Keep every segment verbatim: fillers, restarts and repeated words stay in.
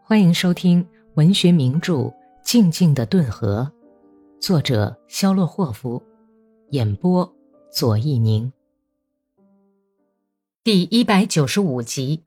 欢迎收听文学名著《静静的顿河》，作者肖洛霍夫，演播左一宁。第一百九十五集。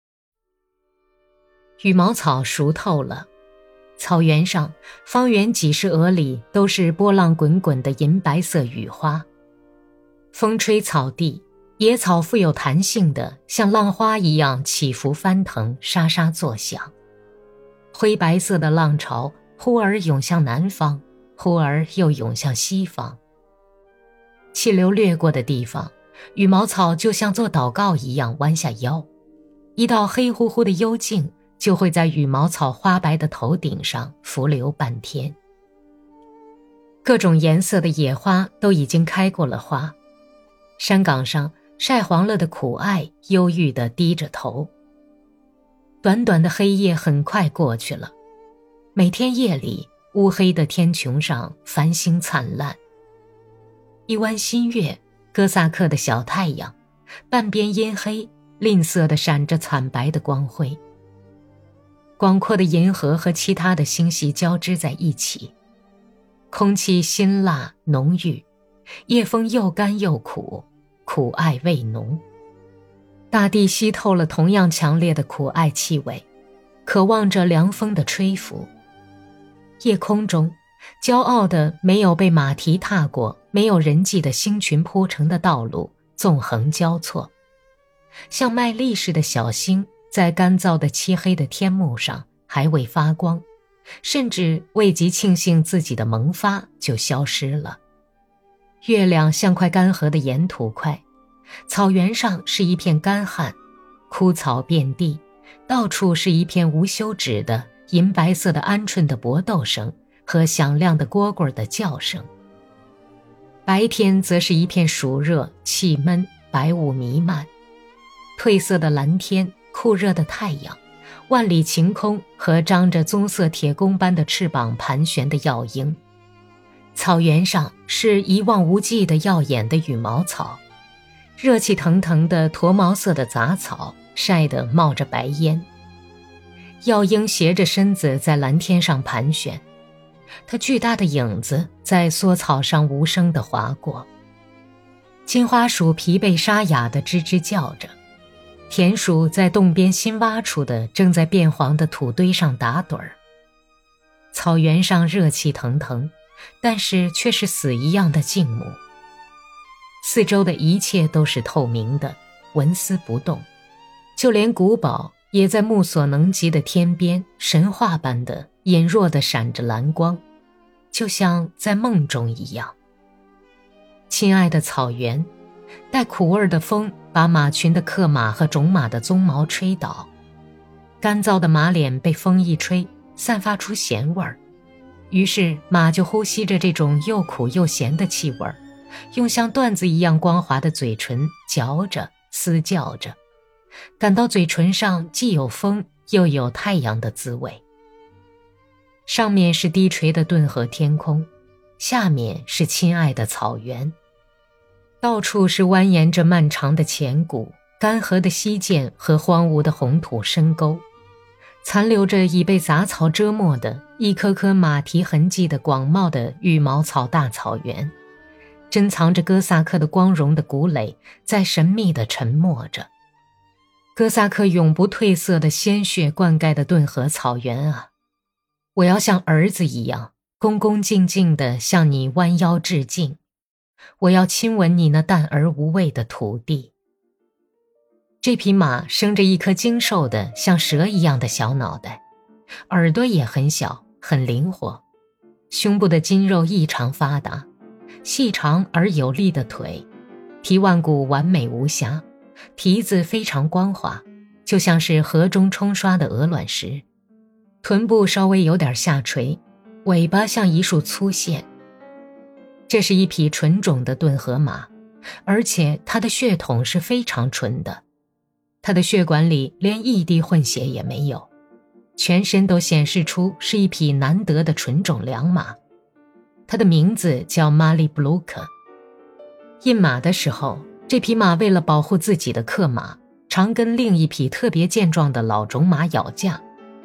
羽毛草熟透了，草原上方圆几十俄里都是波浪滚滚的银白色雨花。风吹草地，野草富有弹性的像浪花一样起伏翻腾，沙沙作响。灰白色的浪潮忽而涌向南方，忽而又涌向西方。气流掠过的地方，羽毛草就像做祷告一样弯下腰，一道黑乎乎的幽静就会在羽毛草花白的头顶上浮流半天。各种颜色的野花都已经开过了花，山岗上晒黄了的苦艾忧郁地低着头。短短的黑夜很快过去了，每天夜里乌黑的天穹上繁星灿烂。一弯新月，哥萨克的小太阳，半边阴黑，吝啬地闪着惨白的光辉。广阔的银河和其他的星系交织在一起，空气辛辣浓郁，夜风又干又苦，苦艾味浓。大地吸透了同样强烈的苦艾气味，渴望着凉风的吹拂。夜空中，骄傲的没有被马蹄踏过、没有人迹的星群铺成的道路纵横交错，像麦粒似的小星在干燥的漆黑的天幕上还未发光，甚至未及庆幸自己的萌发就消失了。月亮像块干涸的盐土块，草原上是一片干旱，枯草遍地，到处是一片无休止的银白色的鹌鹑的搏斗声和响亮的蝈蝈的叫声。白天则是一片暑热气闷，白雾弥漫，褪色的蓝天，酷热的太阳，万里晴空和张着棕色铁弓般的翅膀盘旋的药鹰。草原上是一望无际的耀眼的羽毛草，热气腾腾的驼毛色的杂草晒得冒着白烟。药鹰斜着身子在蓝天上盘旋，它巨大的影子在蓑草上无声地划过。金花鼠疲惫沙哑地吱吱叫着，田鼠在洞边新挖出的正在变黄的土堆上打盹儿。草原上热气腾腾，但是却是死一样的静穆。四周的一切都是透明的，纹丝不动，就连古堡也在目所能及的天边神话般的隐弱地闪着蓝光，就像在梦中一样。亲爱的草原，带苦味的风把马群的克马和种马的鬃毛吹倒，干燥的马脸被风一吹，散发出咸味儿，于是马就呼吸着这种又苦又咸的气味，用像缎子一样光滑的嘴唇嚼着嘶叫着，感到嘴唇上既有风又有太阳的滋味。上面是低垂的顿河天空，下面是亲爱的草原，到处是蜿蜒着漫长的浅谷、干涸的溪涧和荒芜的红土深沟，残留着已被杂草遮没的一颗颗马蹄痕迹的广袤的羽毛草大草原，珍藏着哥萨克的光荣的谷垒在神秘地沉默着。哥萨克永不褪色的鲜血灌溉的顿河草原啊，我要像儿子一样恭恭敬敬地向你弯腰致敬，我要亲吻你那淡而无味的土地。这匹马生着一颗精瘦的像蛇一样的小脑袋，耳朵也很小很灵活，胸部的筋肉异常发达，细长而有力的腿，蹄腕骨完美无瑕，蹄子非常光滑，就像是河中冲刷的鹅卵石，臀部稍微有点下垂，尾巴像一束粗线。这是一匹纯种的顿河马，而且它的血统是非常纯的，它的血管里连一滴混血也没有，全身都显示出是一匹难得的纯种良马。它的名字叫玛丽布鲁克。印马的时候，这匹马为了保护自己的克马，常跟另一匹特别健壮的老种马咬架。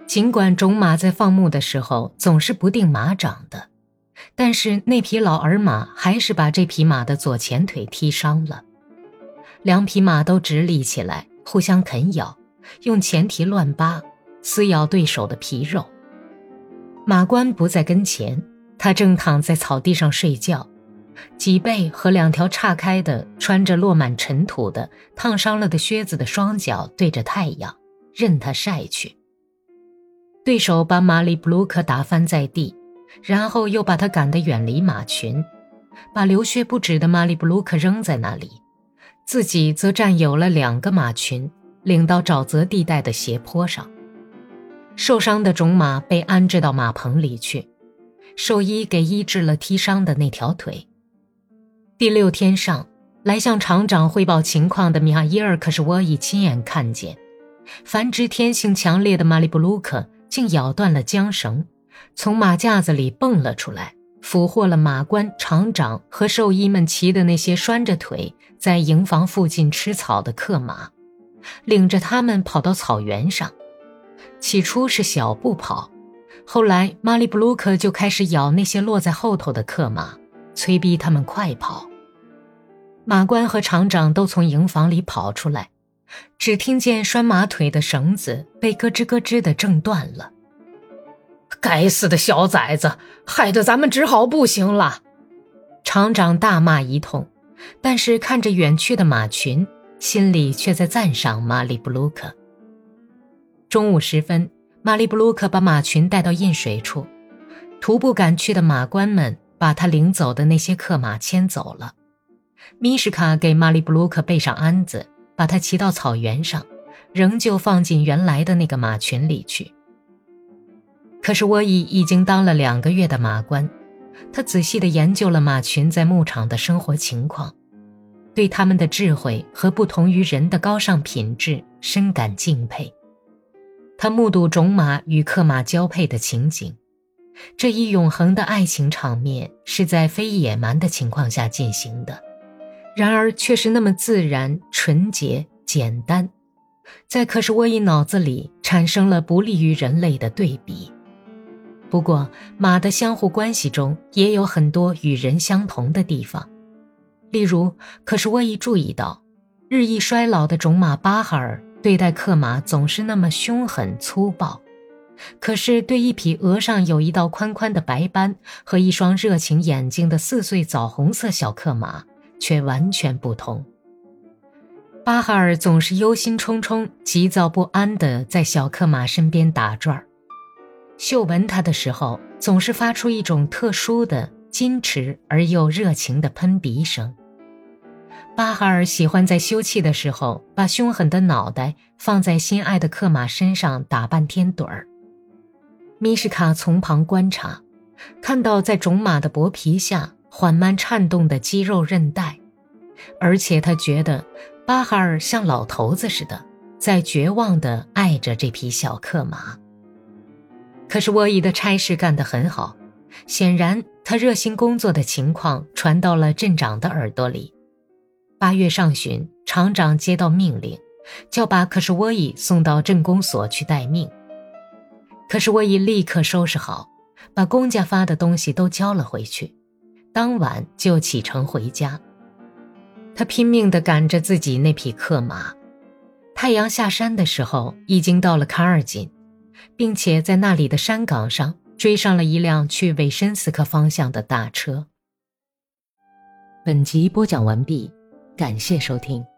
尽管种马在放牧的时候总是不定马掌的，但是那匹老儿马还是把这匹马的左前腿踢伤了。两匹马都直立起来，互相啃咬，用前蹄乱扒，撕咬对手的皮肉。马倌不在跟前，他正躺在草地上睡觉，脊背和两条岔开的穿着落满尘土的烫伤了的靴子的双脚对着太阳，任它晒去。对手把马里布鲁克打翻在地，然后又把他赶得远离马群，把流血不止的马里布鲁克扔在那里，自己则占有了两个马群，领到沼泽地带的斜坡上。受伤的种马被安置到马棚里去，兽医给医治了踢伤的那条腿。第六天上，来向厂长汇报情况的米哈伊尔·可什沃伊亲眼看见，繁殖天性强烈的马里布鲁克竟咬断了缰绳，从马架子里蹦了出来，俘获了马倌、厂长和兽医们骑的那些拴着腿在营房附近吃草的克马，领着他们跑到草原上。起初是小步跑，后来马里布鲁克就开始咬那些落在后头的克马，催逼他们快跑。马倌和厂长都从营房里跑出来，只听见拴马腿的绳子被咯吱咯吱地挣断了。该死的小崽子，害得咱们只好步行了。厂长大骂一通，但是看着远去的马群，心里却在赞赏马里布鲁克。中午时分，马里布鲁克把马群带到印水处，徒步赶去的马倌们把他领走的那些克马牵走了。米什卡给马里布鲁克备上鞍子，把他骑到草原上，仍旧放进原来的那个马群里去。可是沃伊已经当了两个月的马倌，他仔细地研究了马群在牧场的生活情况，对他们的智慧和不同于人的高尚品质深感敬佩。他目睹种马与克马交配的情景，这一永恒的爱情场面是在非野蛮的情况下进行的，然而却是那么自然、纯洁、简单，在可什沃伊脑子里产生了不利于人类的对比。不过马的相互关系中也有很多与人相同的地方，例如可什沃伊注意到日益衰老的种马巴哈尔对待克马总是那么凶狠粗暴，可是对一匹额上有一道宽宽的白斑和一双热情眼睛的四岁枣红色小克马却完全不同。巴哈尔总是忧心忡忡、急躁不安地在小克马身边打转儿，嗅闻它的时候总是发出一种特殊的、矜持而又热情的喷鼻声。巴哈尔喜欢在休憩的时候把凶狠的脑袋放在心爱的克马身上打半天盹儿。米什卡从旁观察，看到在种马的薄皮下缓慢颤动的肌肉韧带，而且他觉得巴哈尔像老头子似的，在绝望地爱着这匹小克马。可是沃伊的差事干得很好，显然他热心工作的情况传到了镇长的耳朵里。八月上旬，厂长接到命令，叫把可什沃伊送到镇公所去待命。可是沃伊立刻收拾好，把公家发的东西都交了回去，当晚就启程回家。他拼命地赶着自己那匹克马，太阳下山的时候已经到了卡尔津，并且在那里的山岗上追上了一辆去韦申斯克方向的大车。本集播讲完毕，感谢收听。